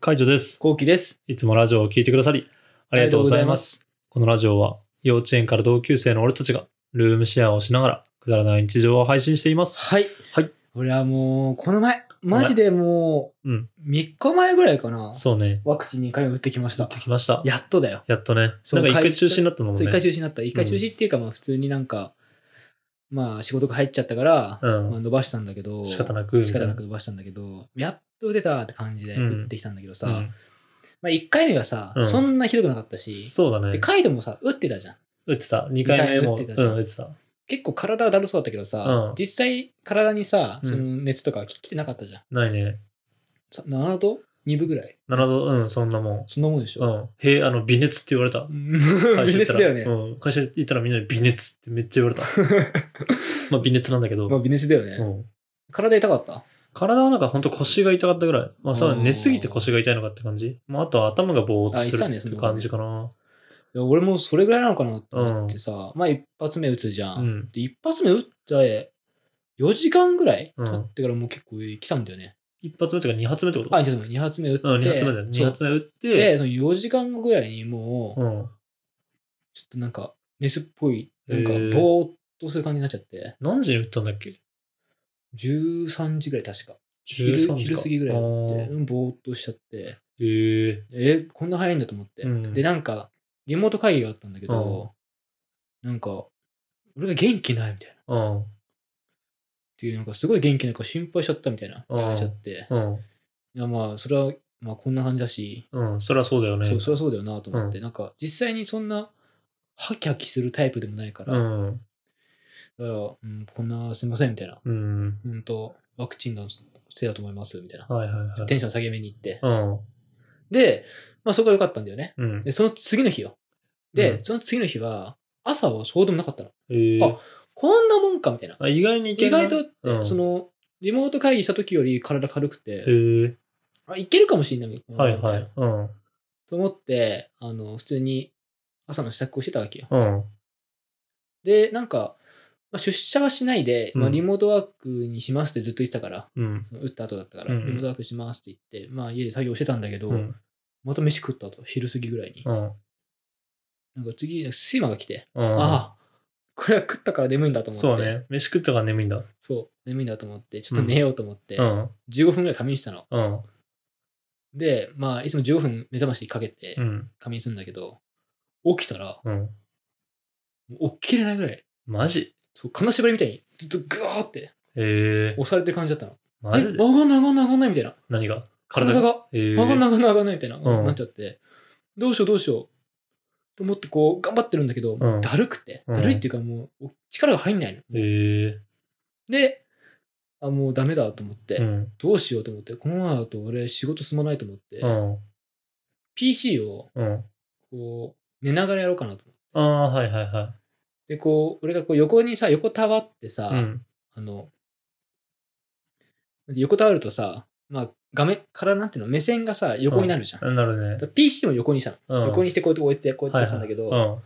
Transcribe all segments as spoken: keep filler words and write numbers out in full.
カイトです。 こうきです。 いつもラジオを聞いてくださりありがとうございます。このラジオは幼稚園から同級生の俺たちがルームシェアをしながらくだらない日常を配信しています。 はい。 はい。 俺はもう、この前、マジでもう、 うん。 みっかまえぐらいかな。 そうね。 ワクチンにかい打ってきました。 打ってきました。 やっとだよ。 やっとね。 そうなんか一回中止になったのもんね。 そう、一回中止になった。一回中止っていうか、まあ普通になんか、まあ仕事が入っちゃったから、 うんまあ伸ばしたんだけど、 仕方なくみたいな仕方なく伸ばしたんだけど、やっと打てたって感じでうん打ってきたんだけどさ、 うん。 まあいっかいめはさ、 うんそんなひどくなかったし、 そうだね。 で、カイドもさ、打ってたじゃん。 打ってた。にかいめも二回目打ってたじゃんうん、打ってた。 結構体はだるそうだったけどさ、 うん実際体にさ、 うんその熱とか来てなかったじゃん。 ないね。 さななど ?に 分ぐらいななど、うん、そんなもん。 そんなもんでしょ。 うん。へえ、あの、微熱って言われた。 微熱だよね。 うん。会社行ったらみんなに微熱ってめっちゃ言われた。まあ微熱なんだけど。 まあ微熱だよね。 うん。 体痛かった体はなんかほんと腰が痛かったぐらい。まあ、そうあー寝すぎて腰が痛いのかって感じ。まあ、あとは頭がぼーっとするあ言ってたねって感じかな。 いや俺もそれぐらいなのかなと思ってさ、まあ一発目打つじゃん。 うんで、一発目打ってよじかんぐらいうん経ってからもう結構来たんだよね。 一発目とか二発目ってことあ、ちょっと待って、二発目打って。 うん、二発目だよ。二そう発目打って、 で、そのよじかんごぐらいにもう、 うん。 ちょっとなんか熱っぽい、なんかへーぼーっとする感じになっちゃって。 何時に打ったんだっけじゅうさんじぐらい確か。 じゅうさんじか昼昼過ぎぐらいになって、 あーうん、ぼーっとしちゃって、 へえ。 えこんな早いんだと思って。 うんで、なんか、リモート会議があったんだけど、なんか、俺が元気ないみたいな。 うん。 っていう、なんかすごい元気ないから心配しちゃったみたいな。 うん言われちゃって。 うん。 いや、まあ、それは、まあ、こんな感じだし、 うん。そりゃそうだよね。 そう、そりゃそうだよなと思って、 うなんか、実際にそんな、ハキハキするタイプでもないから、 うだかん。 ら、うん、こんな、すいません、みたいな。 うん。 うんと、ワクチンのせいだと思います、みたいな。 はいはいはい。 テンション下げめに行って。 うん。 で、まあ、そこは良かったんだよね。 うんで、。その次の日よ。で、 うんその次の日は、朝はそうでもなかったの。 へえ。 あこんなもんかみたいな。 あ、意外にいけ意んな外とって、 うんその、リモート会議した時より体軽くて、 へえ。 あ、いけるかもしれないみたいな。 はいはい。うん。 と思って、あの、普通に朝の支度をしてたわけよ。 うん。 で、なんか、まあ、出社はしないで、まあ、 うんリモートワークにしますってずっと言ってたから、 うん。 打った後だったから、 うんうんリモートワークしますって言って、まあ、家で作業してたんだけど、 うん。 また飯食った後、昼過ぎぐらいに。 うん。 なんか次、睡魔が来て、 うん。 ああ、これは食ったから眠いんだと思って。 そうね。飯食ったから眠いんだ。 そう、眠いんだと思って、ちょっと寝ようと思って、 うん。 じゅうごふんぐらい仮眠したの。 うん。 で、まあ、いつもじゅうごふん目覚ましかけてうん。 仮眠するんだけど、起きたら、 うん。 もう起きれないぐらい、 マジそう金縛りみたいにずっとグワーってへえ。 押されてる感じだったの。 マジでえ上がんない上がんない上がんないみたいな。 何が体がへえ。 上がんない上がんない上がんないみたいな、 うんなっちゃって、どうしようどうしようと思ってこう頑張ってるんだけど、 うんだるくて、 うんだるいっていうかもう力が入んないの。 へえ。 で、あ、もうダメだと思って、 うん。 どうしようと思って、このままだと俺仕事進まないと思って、 うん。 ピーシー をうん。 こう寝ながらやろうかなと思って。 ああ、はいはいはい。 で、こう、俺がこう横にさ、横たわってさ、 うん。 あの、横たわるとさ、まあ、画面からなんていうの、目線がさ、横になるじゃん。 うんなるねだから ピーシー も横にしたの。 うん横にしてこうやって置いて、こうやってしたんだけど、 はいはい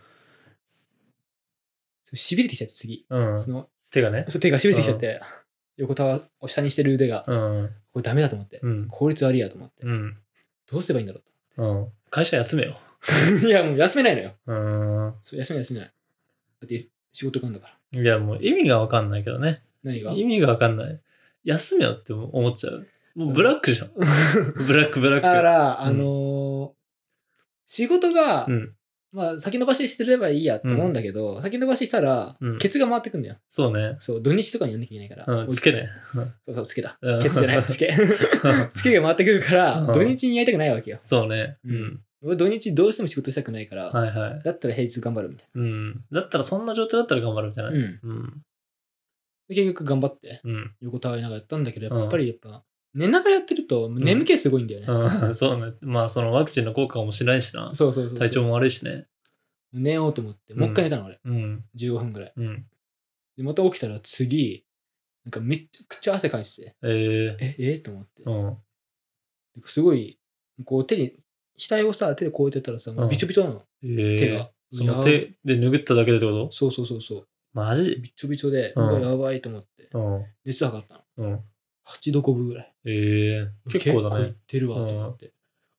しびれてきちゃって次。 うん。うん。 その手がね。 そう手がしびれてきちゃって、横たわ、下にしてる腕が、 うん。 これダメだと思って、 うん。 効率悪いやと思って、 うん。 どうすればいいんだろうん。会社休めよ。 うと。いや、もう休めないのよ。 うん。 そう休めない休めない。だって仕事があるんだから。 いや、もう意味がわかんないけどね。 何が意味がわかんない。休めよって思っちゃう。もうブラックじゃん。ブラックブラック。 だから、 うんあのー仕事が、 うん。 まあ、先延ばししてればいいやと思うんだけど、先延ばししたら、 うんケツが回ってくんだよ。 そうね。 そう、土日とかにやんなきゃいけないから。 うん。つけね。 そうそう、つけだうん。 ケツじゃない、つけ。つけが回ってくるから、 うん土日にやりたくないわけよ。 そうね。 うん。俺土日どうしても仕事したくないから、 はいはい。 だったら平日頑張るみたいうん。だったらそんな状態だったら頑張るみたいな。 な。うん。 うん。 で結局頑張って、 うん。 横たわりながらやったんだけど、やっぱりやっぱ、寝ながらやってると眠気すごいんだよね。 うん。そうね。まあ、そのワクチンの効果かもしれないしな。 そうそうそうそう。 体調も悪いしね。 寝ようと思って、もう一回寝たの俺。 うん。 じゅうごふんぐらい。 うん。 で、また起きたら次、なんかめっちゃくちゃ汗かいてて、 えええ、えと思って。 うん。 すごい、こう手に、額をさ、手でこうやってやったらさ、もうびちょびちょなの。 ええ手が。 その手で拭っただけでってことそうそうそうそう。 マジびちょびちょで、 うんうわ、やばいと思って、 うん。 熱測ったの。 うん。 はちどごぶぐらい。 ええ結構だね結構いっ。てるわと思って。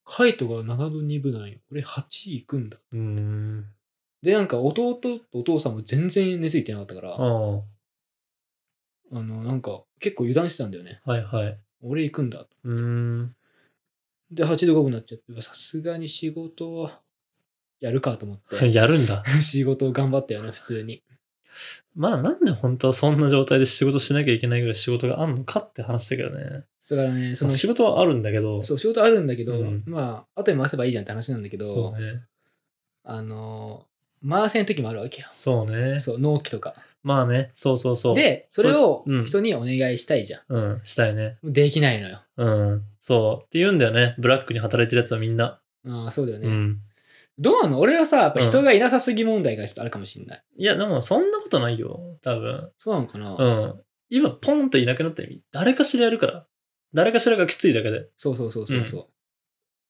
カイトがななどにぶなんよ。俺はち行くんだ。 うーん。 で、なんか弟とお父さんも全然根付いてなかったから、 あああ。 の、なんか結構油断してたんだよね。 はいはい。 俺行くんだと。 うーん。 で、はちどごぶになっちゃって、さすがに仕事はやるかと思って、 やるんだ。 仕事を頑張ったよね、普通に。 まあなんで本当はそんな状態で仕事しなきゃいけないぐらい仕事があんのかって話だけどね。 だからね、そのまあ仕事はあるんだけど。 そう、仕事あるんだけど、 うんまあ、後で回せばいいじゃんって話なんだけそど、 うね。 あの、回せん時もあるわけよ。 そうね。 そう、納期とか。 まあね、そうそうそう。 で、それをうん。 人にお願いしたいじゃん。 うん、したいね。 できないのよ。 うん。そう。って言うんだよね。ブラックに働いてるやつはみんな。 ああ、そうだよね。 うん。 どうなの？俺はさ、やっぱ人がいなさすぎ問題がちょっとあるかもしれない。 いや、でもそんなことないよ。多分。 そうなのかな、 うん。今、ポンといなくなった意味、誰かしらやるから。誰かしらがきついだけで。だかそうそうそうそうそう。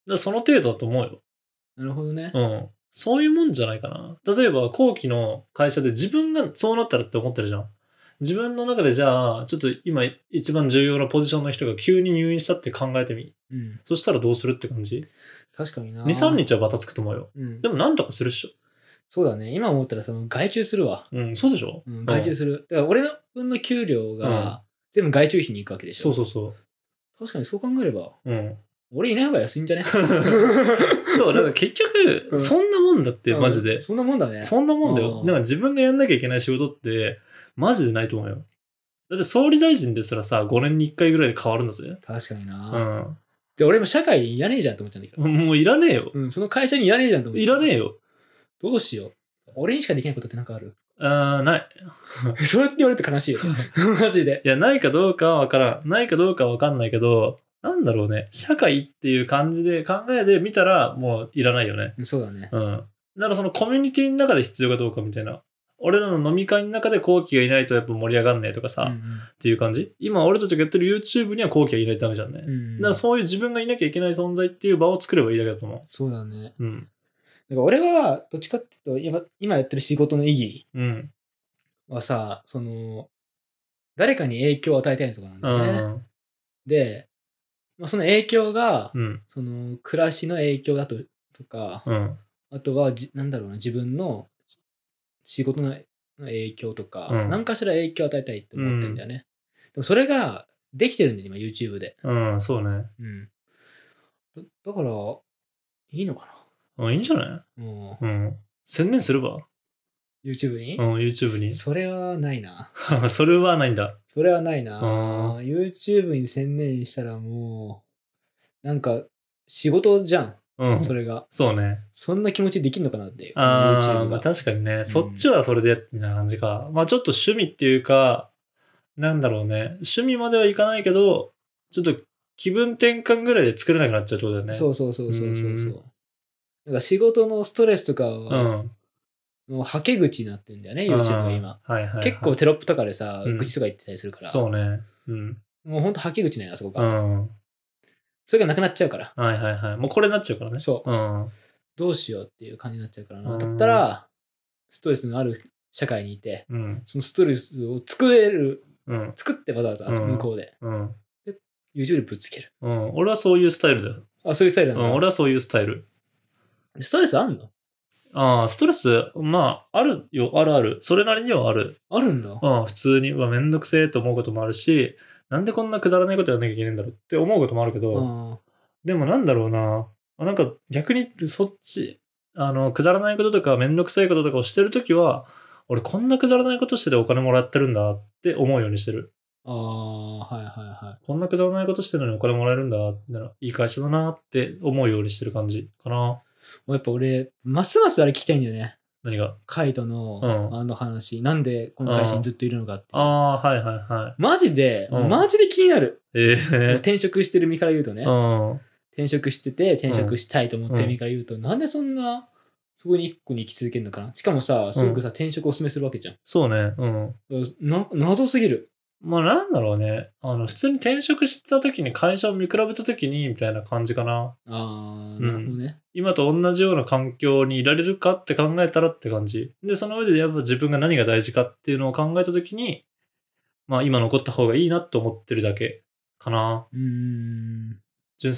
らその程度だと思うよ。 なるほどね。 うん。そういうもんじゃないかな。例えば、後期の会社で自分がそうなったらって思ってるじゃん。自分の中でじゃあ、ちょっと今一番重要なポジションの人が急に入院したって考えてみ。 うん。 そしたらどうするって感じ？ 確かにな。 に、さんにちはバタつくと思うよ。 うんで。もなんとかするっしょ。 そうだね。今思ったら、その、外注するわ。 うん、そうでしょ？ うん、外注する。だから、俺の分の給料うんが、全部外注費に行くわけでしょ。 そうそうそ確かにそう考えれば、 う。うん。 俺いない方が安いんじゃね？ そう、だから結局、 うんそんなもんだって、マジで。 うんそんなもんだね。 そんなもんだよ。 うんだから自分がやんなきゃいけない仕事って、マジでないと思うよ。だって総理大臣ですらさ、ごねんにいっかいぐらいで変わるんだぜ。 確かにうな。 ん。 で、俺も社会にいらねえじゃんと思っちゃうんだけど。 もういらねえよ。 うん、その会社にいらねえじゃんと思っちゃう。 いらねえよ。 どうしよう。俺にしかできないことってなんかある？ あー、ない。 そうやって言われると悲しいよ。マジで。 いや、ないかどうかはわからん。ないかどうかはわかんないけど、なんだろうね。社会っていう感じで考えで見たら、もういらないよね。 そうだね。 うん。だからそのコミュニティの中で必要かどうかみたいな。俺らの飲み会の中で後期がいないとやっぱ盛り上がんねえとかさ、 うんうんっていう感じ。今俺たちがやってる YouTube には後期がいないとダメじゃんね。 うんだからそういう自分がいなきゃいけない存在っていう場を作ればいいだけだと思そうだね。 う。うん。 だから俺は、どっちかっていうと、今今やってる仕事の意義うん。 はさ、その、誰かに影響を与えたいとかなんだうよね。 ん。 で、まあ、その影響が、 うん。 その、暮らしの影響だととか、 うん。 あとはじ、なんだろうな、自分の仕事の影響とか、 うん何かしら影響を与えたいって思ってるんだよね。でもそれができてるんだよ、今 YouTube で。 うん。そうね。 うん。だだから、いいのかあ、いいんじゃない？ な。もうん。専念すれば？ う、YouTube に、 うん、YouTube に。 それはないな。 それはないんだ。 それはないあな。YouTube に専念したらもう、なんか、仕事じゃん。 うん。 それが。 そうね。 そんな気持ちできるのかなっていう。 ああ、 YouTube まあが。 確かにね、そっちはそれでやってみたいな感じか。まあちょっと趣味っていうか、なんだろうね。趣味まではいかないけど、ちょっと気分転換ぐらいで作れなくなっちゃうってことだよね。 そうそうそうそうそうそううーん。 なんか仕事のストレスとかうは、 ん。 もうはけ口になってんだよね、YouTube が今。 あーはいはい、はい。 結構テロップとかでさ、 うん愚痴とか言ってたりするから。 そうね。うん。 もうほんとはけ口なんや、あそこうが。 ん。 それがなくなっちゃうから。 はいはいはい。もうこれになっちゃうからね。 そううん。 どうしようっていう感じになっちゃうからな。 うんだったら、ストレスのある社会にいて、 うん。 そのストレスを作れる、 うん。 作ってわざわざあそこ向こうで、 うん。 YouTube でぶつける。 うん。俺はそういうスタイルだよ。 あ、そういうスタイルうん。 なんだ。 俺はそういうスタイル。 ストレスあんの？ ああ、ストレス、まあ、あるよ。あるある。それなりにはある。 あるんだ。 うん、普通に、うわ、めんどくせえと思うこともあるし、なんでこんなくだらないことやんなきゃいけないんだろうって思うこともあるけど、 あでもなんだろうな。あなんか逆にそっち、あの、くだらないこととかめんどくさいこととかをしてるときは、俺こんなくだらないことしててお金もらってるんだって思うようにしてる。 あー、はいはいはい。 こんなくだらないことしてるのにお金もらえるんだってなら、いい会社だなって思うようにしてる感じかな。 もうやっぱ俺、ますますあれ聞きたいんだよね。 何が？ カイトの、 うんあの話。なんでこの会社にずっといるのかっていう。 ああー、はいはいはい。 マジで、 うんマジで気になる。 ええ転職してる身から言うとね。 うん。 転職してて、転職したいと思ってるうん身から言うと、なんでそんな、そこに一個に生き続けるのかな。しかもさ、すごくさ、転職をお勧めするわけじゃん。 そうね。うん。 な、謎すぎる。 まあなんだろうね。あの、普通に転職した時に会社を見比べた時にみたいな感じかな。 あー、 うんなるほどね。 今と同じような環境にいられるかって考えたらって感じ。で、その上でやっぱ自分が何が大事かっていうのを考えた時に、まあ今残った方がいいなと思ってるだけかな。 うーん。 純粋にね。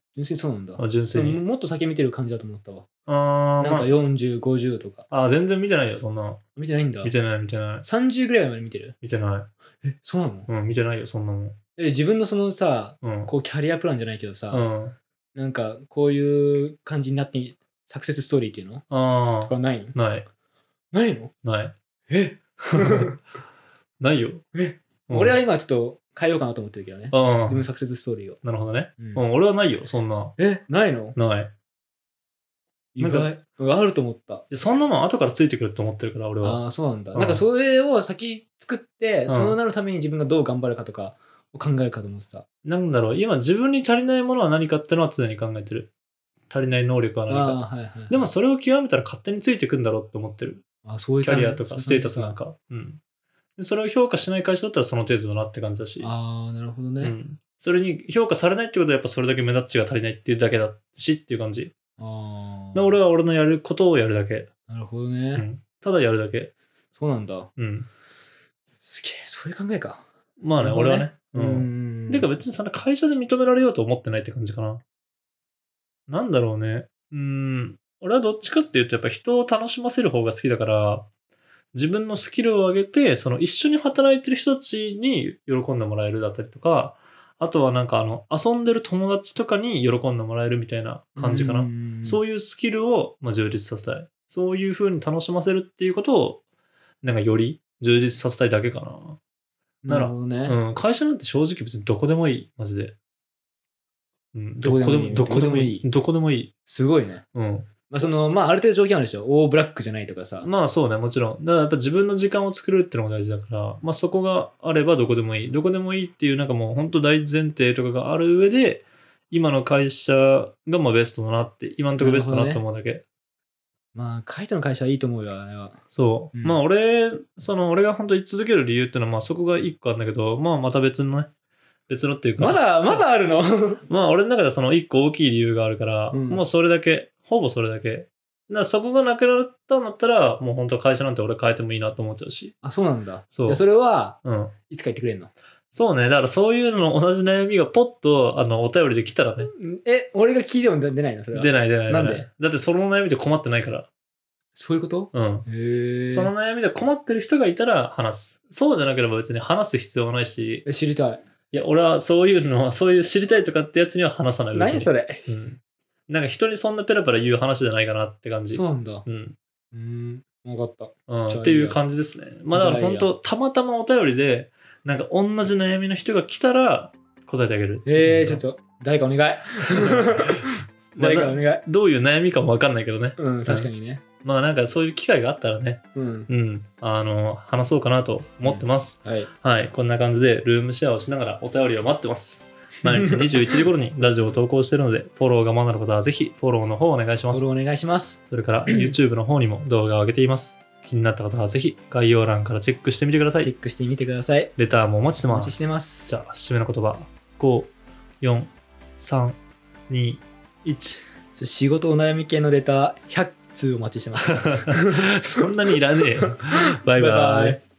純粋にそうなんだ。 あ純粋に。 もっと先見てる感じだと思ったわ。 あー、 なんかよんじゅう、ごじゅうとか。 あー全然見てないよ、そんな。 見てないんだ。 見てない、見てない。 さんじゅうぐらいまで見てる？ 見てなえ、そうなの？ い。うん、見てないよ、そんなもん。 え、自分のそのさ、 うん。 こうキャリアプランじゃないけどさ、 うん。 なんかこういう感じになってサクセスストーリーっていうのあー、 とかないの？ ない。 ないの？ ない。 えないよ。 え、 うん俺は今ちょっと変えようかなと思ってるけどね。 あ自分のサクセスストーリーを。 なるほどね。 うんうん、俺はないよ、そんな。 え、ないの？ ない。なん意外。うんあると思った。 でそんなもん後からついてくると思ってるから、俺は。 ああ、そうなんだ。 うんなんかそれを先作って、 んそうなるために自分がどう頑張るかとかを考えるかと思ってた。 なんだろう、今自分に足りないものは何かってのは常に考えてる。足りない能力は何か。 ああ、はいはい。 でもそれを極めたら勝手についてくんだろうって思ってる。 あそういうキャリアとかステータスななんか。うん。でそれを評価しない会社だったらその程度だなって感じだし。 ああ、なるほどね。 うん。それに評価されないってことはやっぱそれだけ目立ちが足りないっていうだけだしっていう感じ。 ああ。 で俺は俺のやることをやるだけ。 なるほどね。 うん。ただやるだけ。 そうなんだ。 うん。 すげえ、そういう考えか。 まあね、 なるほどね俺はね。 ううん。 ん。 てか別にそんな会社で認められようと思ってないって感じかな。なんだろうね。うーん。俺はどっちかっていうとやっぱ人を楽しませる方が好きだから、自分のスキルを上げて、その一緒に働いてる人たちに喜んでもらえるだったりとか、あとはなんかあの、遊んでる友達とかに喜んでもらえるみたいな感じかな。そういういうスキルを、まあ、充実させたい。そういう風に楽しませるっていうことを、なんかより充実させたいだけかな。 うん。なるほどね。 うん、会社なんて正直別にどこでもいい、マジで。うん、 どこでもいいどこでもいい。どこでもいい。 すごいね。 うん。 まあその、まあある程度条件あるでしょ。オーブラックじゃないとかさ。 まあそうね、もちろん。だからやっぱ自分の時間を作るっていうのが大事だから、まあそこがあればどこでもいい。どこでもいいっていうなんかもう本当大前提とかがある上で、今の会社がまあベストだなって、今のところベストだなって思うだけ。 まあ、カイトの会社はいいと思うよ、あれは。 そう。 うんまあ俺、その俺が本当に居続ける理由っていうのはまあそこが一個あるんだけど、まあまた別のね、別のっていうか。 まだ、まだあるのまあ俺の中ではその一個大きい理由があるから、 うんもうそれだけ、ほぼそれだけ。だからそこがなくなったんだったら、もう本当会社なんて俺変えてもいいなと思っちゃうし。 あ、そうなんだ。 そうじゃあそれは、 うん。 いつか言ってくれんの？ そうね。だからそういうのの同じ悩みがポッとあのお便りで来たらね。 え、俺が聞いても出ないのそれは。 出ない出ない出ない。 なんでだってその悩みで困ってないから。 そういうことうん。 へえ。 その悩みで困ってる人がいたら話す。そうじゃなければ別に話す必要はないし、 え、知りたい。 いや、俺はそういうのは、そういう知りたいとかってやつには話さない。別に何それ？ うん。なんか人にそんなペラペラ言う話じゃないかなって感じ。 そうなんだ。 うん。 うーん。わかった。 うん、 じゃあっていう感じですね。まあだから本当たまたまお便りで、なんか同じ悩みの人が来たら答えてあげるてえー、 いう感じだちょっと、誰かお願い。誰かお願い。 どういう悩みかもわかんないけどね。 うん、確かにね。 まあなんかそういう機会があったらね、 うん。 うん、あの、話そうかなと思ってます。 はい。 はい、こんな感じでルームシェアをしながらお便りを待ってます。毎日にじゅういちじ頃にラジオを投稿しているので、フォローがまだの方はぜひフォローの方をお願いしますフォロ。ーお願いします。 それから YouTube の方にも動画を上げています。気になった方はぜひ概要欄からチェックしてみてください。 チェックしてみてください。 レターもお待ちしてます。 お待ちしてます。 じゃあ、締めの言葉。ご、よん、さん、に、いち。 仕事お悩み系のレターひゃく通お待ちしてます。 そんなにいらねえよ。バイバイ。